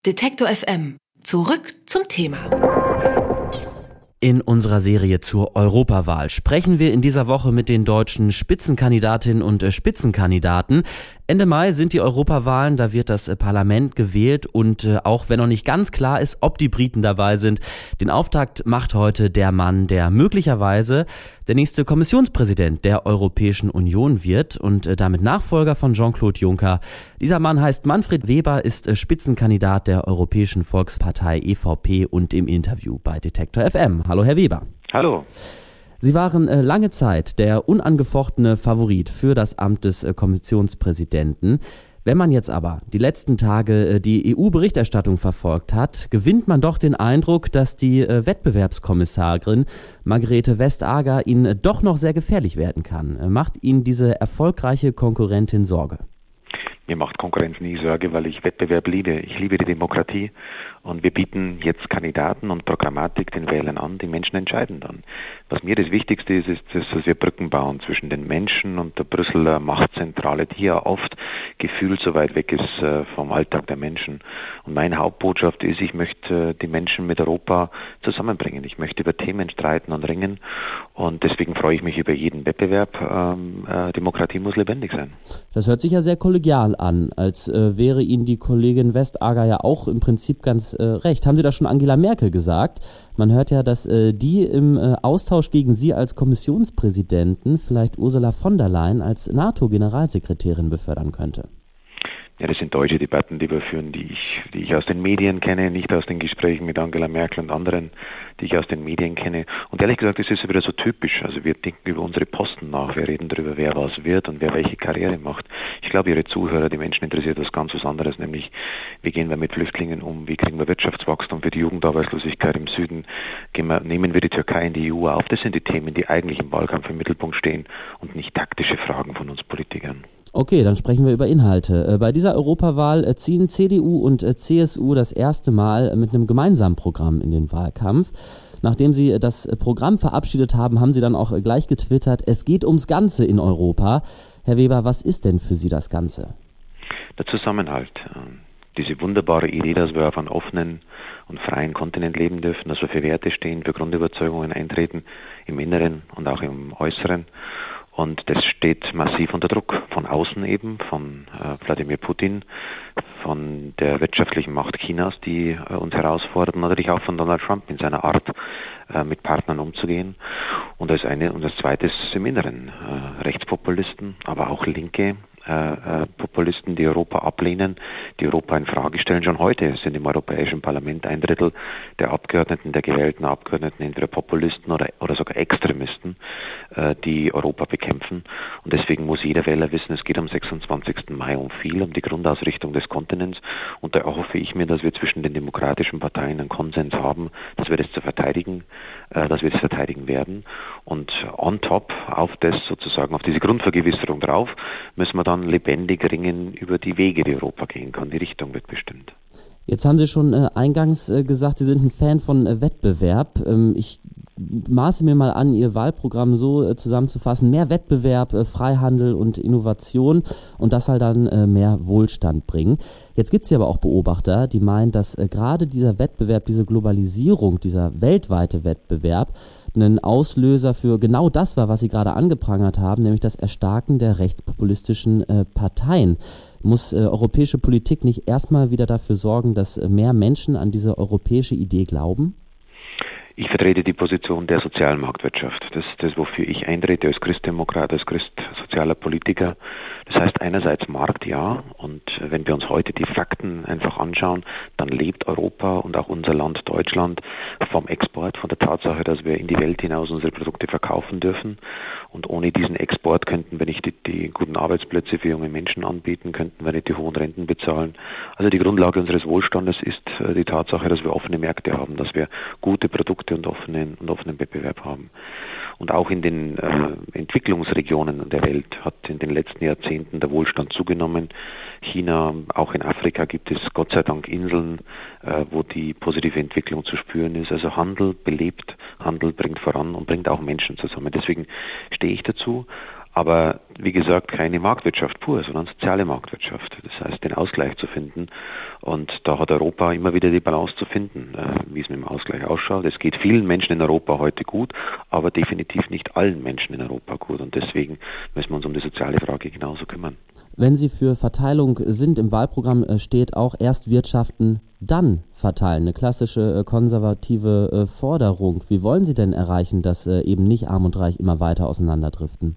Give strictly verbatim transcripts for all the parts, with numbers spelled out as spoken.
Detektor F M. Zurück zum Thema. In unserer Serie zur Europawahl sprechen wir in dieser Woche mit den deutschen Spitzenkandidatinnen und Spitzenkandidaten. Ende Mai sind die Europawahlen, da wird das Parlament gewählt und äh, auch wenn noch nicht ganz klar ist, ob die Briten dabei sind, den Auftakt macht heute der Mann, der möglicherweise der nächste Kommissionspräsident der Europäischen Union wird und äh, damit Nachfolger von Jean-Claude Juncker. Dieser Mann heißt Manfred Weber, ist äh, Spitzenkandidat der Europäischen Volkspartei E V P und im Interview bei Detektor F M. Hallo Herr Weber. Hallo. Sie waren äh, lange Zeit der unangefochtene Favorit für das Amt des äh, Kommissionspräsidenten. Wenn man jetzt aber die letzten Tage äh, die E U-Berichterstattung verfolgt hat, gewinnt man doch den Eindruck, dass die äh, Wettbewerbskommissarin Margrethe Vestager Ihnen äh, doch noch sehr gefährlich werden kann. Äh, macht Ihnen diese erfolgreiche Konkurrentin Sorge? Mir macht Konkurrenz nie Sorge, weil ich Wettbewerb liebe. Ich liebe die Demokratie und wir bieten jetzt Kandidaten und Programmatik den Wählern an, die Menschen entscheiden dann. Was mir das Wichtigste ist, ist, dass wir Brücken bauen zwischen den Menschen und der Brüsseler Machtzentrale, die ja oft gefühlt so weit weg ist äh, vom Alltag der Menschen. Und meine Hauptbotschaft ist, ich möchte äh, die Menschen mit Europa zusammenbringen. Ich möchte über Themen streiten und ringen und deswegen freue ich mich über jeden Wettbewerb. Ähm, äh, Demokratie muss lebendig sein. Das hört sich ja sehr kollegial an, als äh, wäre Ihnen die Kollegin Vestager ja auch im Prinzip ganz äh, recht. Haben Sie das schon Angela Merkel gesagt? Man hört ja, dass äh, die im äh, Austausch gegen Sie als Kommissionspräsidenten vielleicht Ursula von der Leyen als NATO-Generalsekretärin befördern könnte. Ja, das sind deutsche Debatten, die wir führen, die ich, die ich aus den Medien kenne, nicht aus den Gesprächen mit Angela Merkel und anderen, die ich aus den Medien kenne. Und ehrlich gesagt, das ist wieder so typisch. Also wir denken über unsere Posten nach, wir reden darüber, wer was wird und wer welche Karriere macht. Ich glaube, Ihre Zuhörer, die Menschen interessiert was ganz was anderes, nämlich wie gehen wir mit Flüchtlingen um, wie kriegen wir Wirtschaftswachstum für die Jugendarbeitslosigkeit im Süden, gehen wir, nehmen wir die Türkei in die E U auf. Das sind die Themen, die eigentlich im Wahlkampf im Mittelpunkt stehen und nicht taktische Fragen von uns Politikern. Okay, dann sprechen wir über Inhalte. Bei dieser Europawahl ziehen C D U und C S U das erste Mal mit einem gemeinsamen Programm in den Wahlkampf. Nachdem sie das Programm verabschiedet haben, haben sie dann auch gleich getwittert, es geht ums Ganze in Europa. Herr Weber, was ist denn für Sie das Ganze? Der Zusammenhalt. Diese wunderbare Idee, dass wir auf einem offenen und freien Kontinent leben dürfen, dass wir für Werte stehen, für Grundüberzeugungen eintreten, im Inneren und auch im Äußeren. Und das steht massiv unter Druck, von außen eben, von äh, Wladimir Putin, von der wirtschaftlichen Macht Chinas, die äh, uns herausfordert, und natürlich auch von Donald Trump in seiner Art, äh, mit Partnern umzugehen. Und das eine und das zweite ist im Inneren, äh, Rechtspopulisten, aber auch linke äh, äh, Populisten, die Europa ablehnen, die Europa in Frage stellen. Schon heute sind im Europäischen Parlament ein Drittel der Abgeordneten, der gewählten Abgeordneten entweder Populisten oder, oder sogar Extremisten, äh, die Europa bekämpfen. Und deswegen muss jeder Wähler wissen, es geht am sechsundzwanzigsten Mai um viel, um die Grundausrichtung des Kontinents. Und da hoffe ich mir, dass wir zwischen den demokratischen Parteien einen Konsens haben, dass wir das zu verteidigen, äh, dass wir das verteidigen werden. Und on top auf das sozusagen, auf diese Grundvergewisserung drauf, müssen wir dann lebendig ringen über die Wege, die Europa gehen kann. Die Richtung wird bestimmt. Jetzt haben Sie schon äh, eingangs äh, gesagt, Sie sind ein Fan von äh, Wettbewerb. Ähm, ich maße mir mal an, Ihr Wahlprogramm so äh, zusammenzufassen: mehr Wettbewerb, äh, Freihandel und Innovation und das halt dann äh, mehr Wohlstand bringen. Jetzt gibt es ja aber auch Beobachter, die meinen, dass äh, gerade dieser Wettbewerb, diese Globalisierung, dieser weltweite Wettbewerb ein Auslöser für genau das war, was Sie gerade angeprangert haben, nämlich das Erstarken der rechtspopulistischen äh, Parteien. Muss äh, europäische Politik nicht erstmal wieder dafür sorgen, dass äh, mehr Menschen an diese europäische Idee glauben? Ich vertrete die Position der sozialen Marktwirtschaft. Das ist das, wofür ich eintrete als Christdemokrat, als christsozialer Politiker. Das heißt einerseits Markt, ja, und wenn wir uns heute die Fakten einfach anschauen, dann lebt Europa und auch unser Land Deutschland vom Export, von der Tatsache, dass wir in die Welt hinaus unsere Produkte verkaufen dürfen. Und ohne diesen Export könnten wir nicht die, die guten Arbeitsplätze für junge Menschen anbieten, könnten wir nicht die hohen Renten bezahlen. Also die Grundlage unseres Wohlstandes ist die Tatsache, dass wir offene Märkte haben, dass wir gute Produkte und offenen, und offenen Wettbewerb haben. Und auch in den äh, Entwicklungsregionen der Welt hat in den letzten Jahrzehnten der Wohlstand zugenommen. China, auch in Afrika gibt es Gott sei Dank Inseln, äh, wo die positive Entwicklung zu spüren ist. Also Handel belebt, Handel bringt voran und bringt auch Menschen zusammen. Deswegen stehe ich dazu. Aber wie gesagt, keine Marktwirtschaft pur, sondern soziale Marktwirtschaft. Das heißt, den Ausgleich zu finden. Und da hat Europa immer wieder die Balance zu finden, wie es mit dem Ausgleich ausschaut. Es geht vielen Menschen in Europa heute gut, aber definitiv nicht allen Menschen in Europa gut. Und deswegen müssen wir uns um die soziale Frage genauso kümmern. Wenn Sie für Verteilung sind, im Wahlprogramm steht auch erst wirtschaften, dann verteilen. Eine klassische konservative Forderung. Wie wollen Sie denn erreichen, dass eben nicht Arm und Reich immer weiter auseinanderdriften?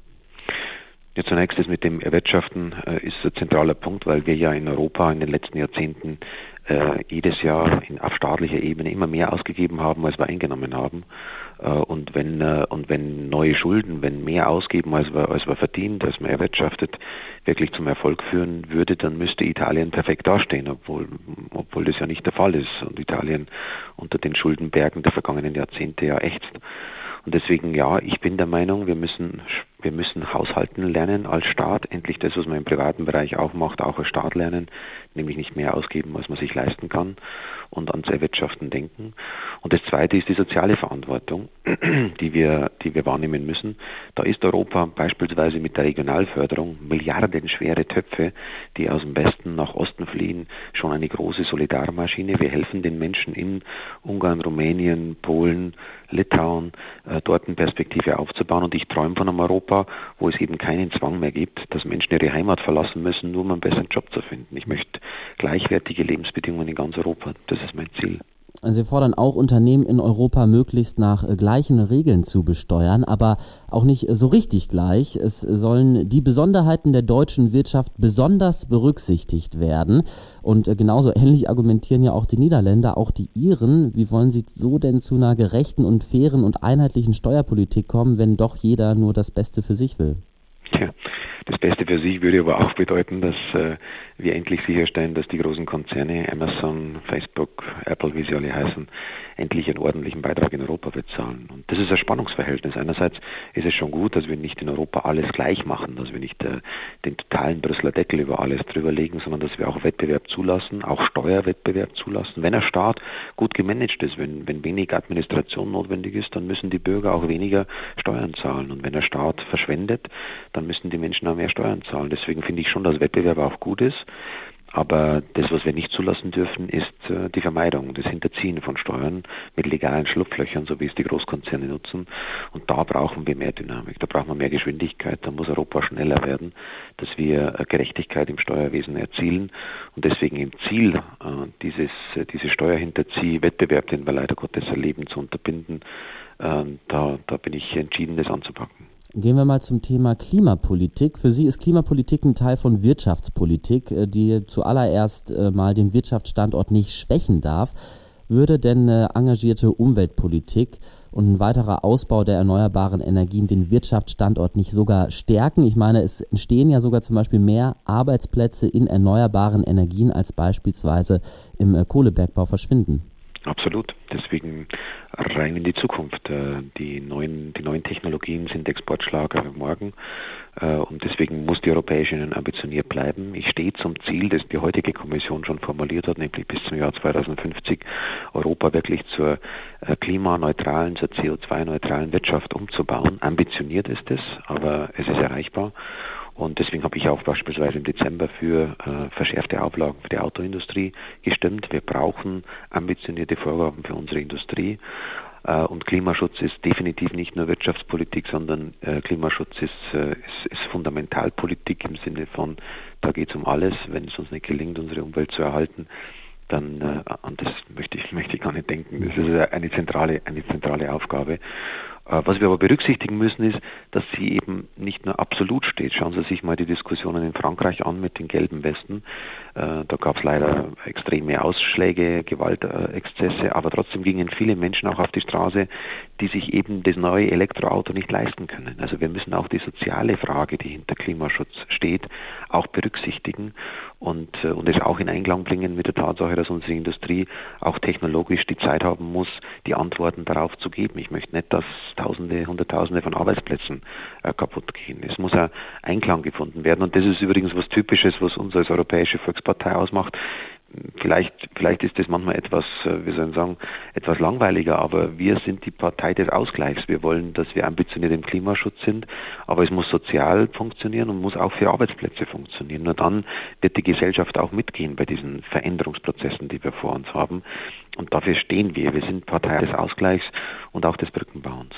Ja, zunächst ist mit dem Erwirtschaften äh, ist ein zentraler Punkt, weil wir ja in Europa in den letzten Jahrzehnten äh, jedes Jahr in, auf staatlicher Ebene immer mehr ausgegeben haben, als wir eingenommen haben. Äh, und wenn äh, und wenn neue Schulden, wenn mehr ausgeben, als wir, als wir verdient, als man erwirtschaftet, wirklich zum Erfolg führen würde, dann müsste Italien perfekt dastehen, obwohl, obwohl das ja nicht der Fall ist und Italien unter den Schuldenbergen der vergangenen Jahrzehnte ja ächzt. Und deswegen, ja, ich bin der Meinung, wir müssen, wir müssen haushalten lernen als Staat. Endlich das, was man im privaten Bereich auch macht, auch als Staat lernen. Nämlich nicht mehr ausgeben, als man sich leisten kann und ans Erwirtschaften denken. Und das Zweite ist die soziale Verantwortung, die wir, die wir wahrnehmen müssen. Da ist Europa beispielsweise mit der Regionalförderung milliardenschwere Töpfe, die aus dem Westen nach Osten fliehen, schon eine große Solidarmaschine. Wir helfen den Menschen in Ungarn, Rumänien, Polen, Litauen, äh, dort eine Perspektive aufzubauen. Und ich träume von einem Europa, wo es eben keinen Zwang mehr gibt, dass Menschen ihre Heimat verlassen müssen, nur um einen besseren Job zu finden. Ich möchte gleichwertige Lebensbedingungen in ganz Europa. Das ist mein Ziel. Sie fordern auch, Unternehmen in Europa möglichst nach äh, gleichen Regeln zu besteuern, aber auch nicht äh, so richtig gleich. Es sollen die Besonderheiten der deutschen Wirtschaft besonders berücksichtigt werden. Und äh, genauso ähnlich argumentieren ja auch die Niederländer, auch die Iren. Wie wollen Sie so denn zu einer gerechten und fairen und einheitlichen Steuerpolitik kommen, wenn doch jeder nur das Beste für sich will? Tja, das Beste für sich würde aber auch bedeuten, dass äh, wir endlich sicherstellen, dass die großen Konzerne, Amazon, Facebook, Apple, wie sie alle heißen, endlich einen ordentlichen Beitrag in Europa bezahlen. Und das ist ein Spannungsverhältnis. Einerseits ist es schon gut, dass wir nicht in Europa alles gleich machen, dass wir nicht äh, den totalen Brüsseler Deckel über alles drüber legen, sondern dass wir auch Wettbewerb zulassen, auch Steuerwettbewerb zulassen. Wenn ein Staat gut gemanagt ist, wenn, wenn wenig Administration notwendig ist, dann müssen die Bürger auch weniger Steuern zahlen. Und wenn der Staat verschwendet, dann müssen die Menschen auch mehr Steuern zahlen. Deswegen finde ich schon, dass Wettbewerb auch gut ist. Aber das, was wir nicht zulassen dürfen, ist äh, die Vermeidung, das Hinterziehen von Steuern mit legalen Schlupflöchern, so wie es die Großkonzerne nutzen. Und da brauchen wir mehr Dynamik, da brauchen wir mehr Geschwindigkeit, da muss Europa schneller werden, dass wir äh, Gerechtigkeit im Steuerwesen erzielen. Und deswegen im Ziel, äh, dieses, äh, diese Steuerhinterzieh-Wettbewerb, den wir leider Gottes erleben, zu unterbinden, äh, da, da bin ich entschieden, das anzupacken. Gehen wir mal zum Thema Klimapolitik. Für Sie ist Klimapolitik ein Teil von Wirtschaftspolitik, die zuallererst mal den Wirtschaftsstandort nicht schwächen darf. Würde denn eine engagierte Umweltpolitik und ein weiterer Ausbau der erneuerbaren Energien den Wirtschaftsstandort nicht sogar stärken? Ich meine, es entstehen ja sogar zum Beispiel mehr Arbeitsplätze in erneuerbaren Energien, als beispielsweise im Kohlebergbau verschwinden. Absolut. Deswegen rein in die Zukunft. Die neuen, die neuen Technologien sind Exportschlager morgen. Und deswegen muss die Europäische Union ambitioniert bleiben. Ich stehe zum Ziel, das die heutige Kommission schon formuliert hat, nämlich bis zum Jahr zweitausendfünfzig Europa wirklich zur klimaneutralen, zur C O zwei neutralen Wirtschaft umzubauen. Ambitioniert ist es, aber es ist erreichbar. Und deswegen habe ich auch beispielsweise im Dezember für äh, verschärfte Auflagen für die Autoindustrie gestimmt. Wir brauchen ambitionierte Vorgaben für unsere Industrie. Äh, und Klimaschutz ist definitiv nicht nur Wirtschaftspolitik, sondern äh, Klimaschutz ist, äh, ist, ist Fundamentalpolitik im Sinne von, da geht es um alles. Wenn es uns nicht gelingt, unsere Umwelt zu erhalten, dann, äh, an das möchte ich, möchte ich gar nicht denken. Das ist eine zentrale, eine zentrale Aufgabe. Was wir aber berücksichtigen müssen, ist, dass sie eben nicht nur absolut steht. Schauen Sie sich mal die Diskussionen in Frankreich an mit den gelben Westen. Da gab es leider extreme Ausschläge, Gewaltexzesse, aber trotzdem gingen viele Menschen auch auf die Straße, die sich eben das neue Elektroauto nicht leisten können. Also wir müssen auch die soziale Frage, die hinter Klimaschutz steht, auch berücksichtigen und, und es auch in Einklang bringen mit der Tatsache, dass unsere Industrie auch technologisch die Zeit haben muss, die Antworten darauf zu geben. Ich möchte nicht, dass Tausende, Hunderttausende von Arbeitsplätzen äh, kaputt gehen. Es muss ein Einklang gefunden werden und das ist übrigens was Typisches, was uns als Europäische Volkspartei ausmacht. Vielleicht, vielleicht ist das manchmal etwas, wie soll ich sagen, etwas langweiliger, aber wir sind die Partei des Ausgleichs. Wir wollen, dass wir ambitioniert im Klimaschutz sind, aber es muss sozial funktionieren und muss auch für Arbeitsplätze funktionieren. Nur dann wird die Gesellschaft auch mitgehen bei diesen Veränderungsprozessen, die wir vor uns haben. Und dafür stehen wir. Wir sind Partei des Ausgleichs und auch des Brückenbauens.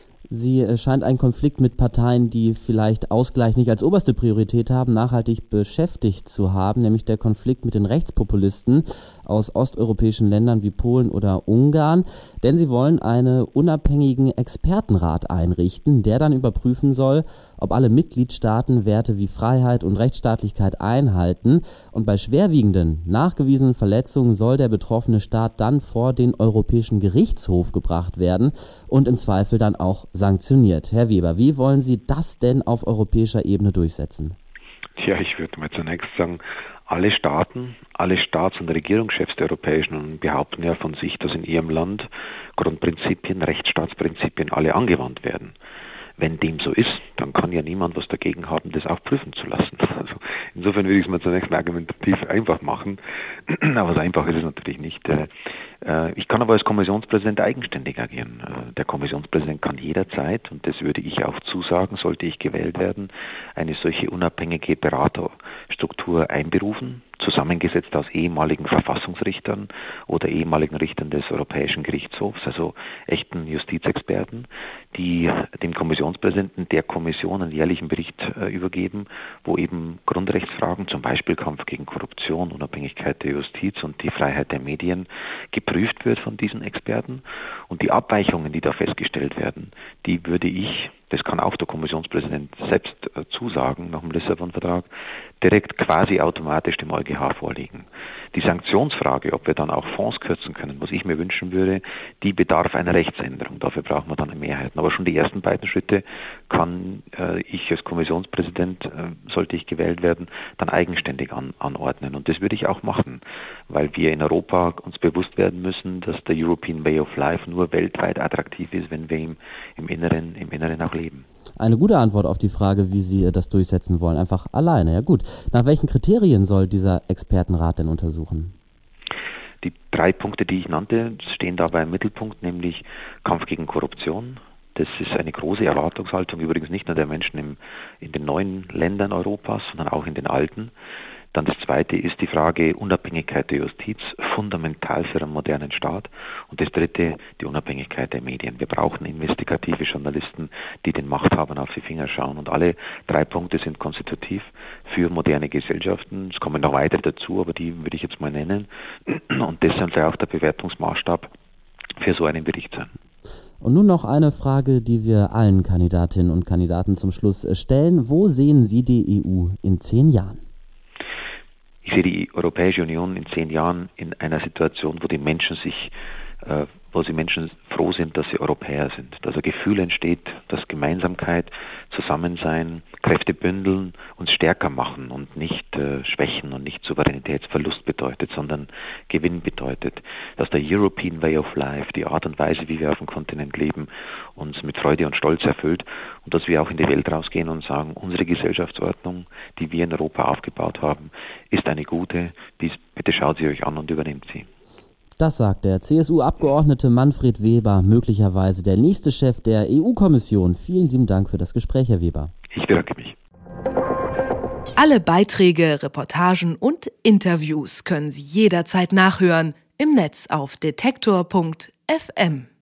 Sie äh, scheint einen Konflikt mit Parteien, die vielleicht Ausgleich nicht als oberste Priorität haben, nachhaltig beschäftigt zu haben, nämlich der Konflikt mit den Rechtspopulisten aus osteuropäischen Ländern wie Polen oder Ungarn. Denn sie wollen einen unabhängigen Expertenrat einrichten, der dann überprüfen soll, ob alle Mitgliedstaaten Werte wie Freiheit und Rechtsstaatlichkeit einhalten. Und bei schwerwiegenden, nachgewiesenen Verletzungen soll der betroffene Staat dann vor den Europäischen Gerichtshof gebracht werden und im Zweifel dann auch sanktioniert. Herr Weber, wie wollen Sie das denn auf europäischer Ebene durchsetzen? Tja, ich würde mal zunächst sagen, alle Staaten, alle Staats- und Regierungschefs der Europäischen Union behaupten ja von sich, dass in ihrem Land Grundprinzipien, Rechtsstaatsprinzipien alle angewandt werden. Wenn dem so ist, dann kann ja niemand was dagegen haben, das auch prüfen zu lassen. Also insofern würde ich es mal zunächst mal argumentativ einfach machen, aber so einfach ist es natürlich nicht. Ich kann aber als Kommissionspräsident eigenständig agieren. Der Kommissionspräsident kann jederzeit, und das würde ich auch zusagen, sollte ich gewählt werden, eine solche unabhängige Beraterstruktur einberufen, zusammengesetzt aus ehemaligen Verfassungsrichtern oder ehemaligen Richtern des Europäischen Gerichtshofs, also echten Justizexperten, die dem Kommissionspräsidenten der Kommission einen jährlichen Bericht äh, übergeben, wo eben Grundrechtsfragen, zum Beispiel Kampf gegen Korruption, Unabhängigkeit der Justiz und die Freiheit der Medien geprüft wird von diesen Experten. Und die Abweichungen, die da festgestellt werden, die würde ich, das kann auch der Kommissionspräsident selbst äh, zusagen nach dem Lissabon-Vertrag, direkt quasi automatisch dem EuGH vorlegen. Die Sanktionsfrage, ob wir dann auch Fonds kürzen können, was ich mir wünschen würde, die bedarf einer Rechtsänderung. Dafür brauchen wir dann eine Mehrheit. Aber schon die ersten beiden Schritte kann äh, ich als Kommissionspräsident, äh, sollte ich gewählt werden, dann eigenständig an, anordnen. Und das würde ich auch machen, weil wir in Europa uns bewusst werden müssen, dass der European Way of Life nur weltweit attraktiv ist, wenn wir ihm im Inneren, im Inneren auch leben. Eine gute Antwort auf die Frage, wie Sie das durchsetzen wollen. Einfach alleine. Ja gut. Nach welchen Kriterien soll dieser Expertenrat denn untersuchen? Die drei Punkte, die ich nannte, stehen dabei im Mittelpunkt, nämlich Kampf gegen Korruption. Das ist eine große Erwartungshaltung, übrigens nicht nur der Menschen im, in den neuen Ländern Europas, sondern auch in den alten. Dann das zweite ist die Frage Unabhängigkeit der Justiz, fundamental für einen modernen Staat. Und das dritte, die Unabhängigkeit der Medien. Wir brauchen investigative Journalisten, die den Machthabern auf die Finger schauen. Und alle drei Punkte sind konstitutiv für moderne Gesellschaften. Es kommen noch weitere dazu, aber die würde ich jetzt mal nennen. Und das soll auch der Bewertungsmaßstab für so einen Bericht sein. Und nun noch eine Frage, die wir allen Kandidatinnen und Kandidaten zum Schluss stellen. Wo sehen Sie die E U in zehn Jahren? Ich sehe die Europäische Union in zehn Jahren in einer Situation, wo die Menschen sich, äh, wo die Menschen froh sind, dass sie Europäer sind. Dass ein Gefühl entsteht, dass Gemeinsamkeit, Zusammensein, Kräfte bündeln, uns stärker machen und nicht äh, schwächen und nicht Souveränitätsverlust bedeutet, sondern Gewinn bedeutet. Dass der European Way of Life, die Art und Weise, wie wir auf dem Kontinent leben, uns mit Freude und Stolz erfüllt und dass wir auch in die Welt rausgehen und sagen, unsere Gesellschaftsordnung, die wir in Europa aufgebaut haben, ist eine gute, dies, bitte schaut sie euch an und übernehmt sie. Das sagt der C S U-Abgeordnete Manfred Weber, möglicherweise der nächste Chef der E U-Kommission. Vielen lieben Dank für das Gespräch, Herr Weber. Ich bedanke mich. Alle Beiträge, Reportagen und Interviews können Sie jederzeit nachhören im Netz auf detektor punkt f m.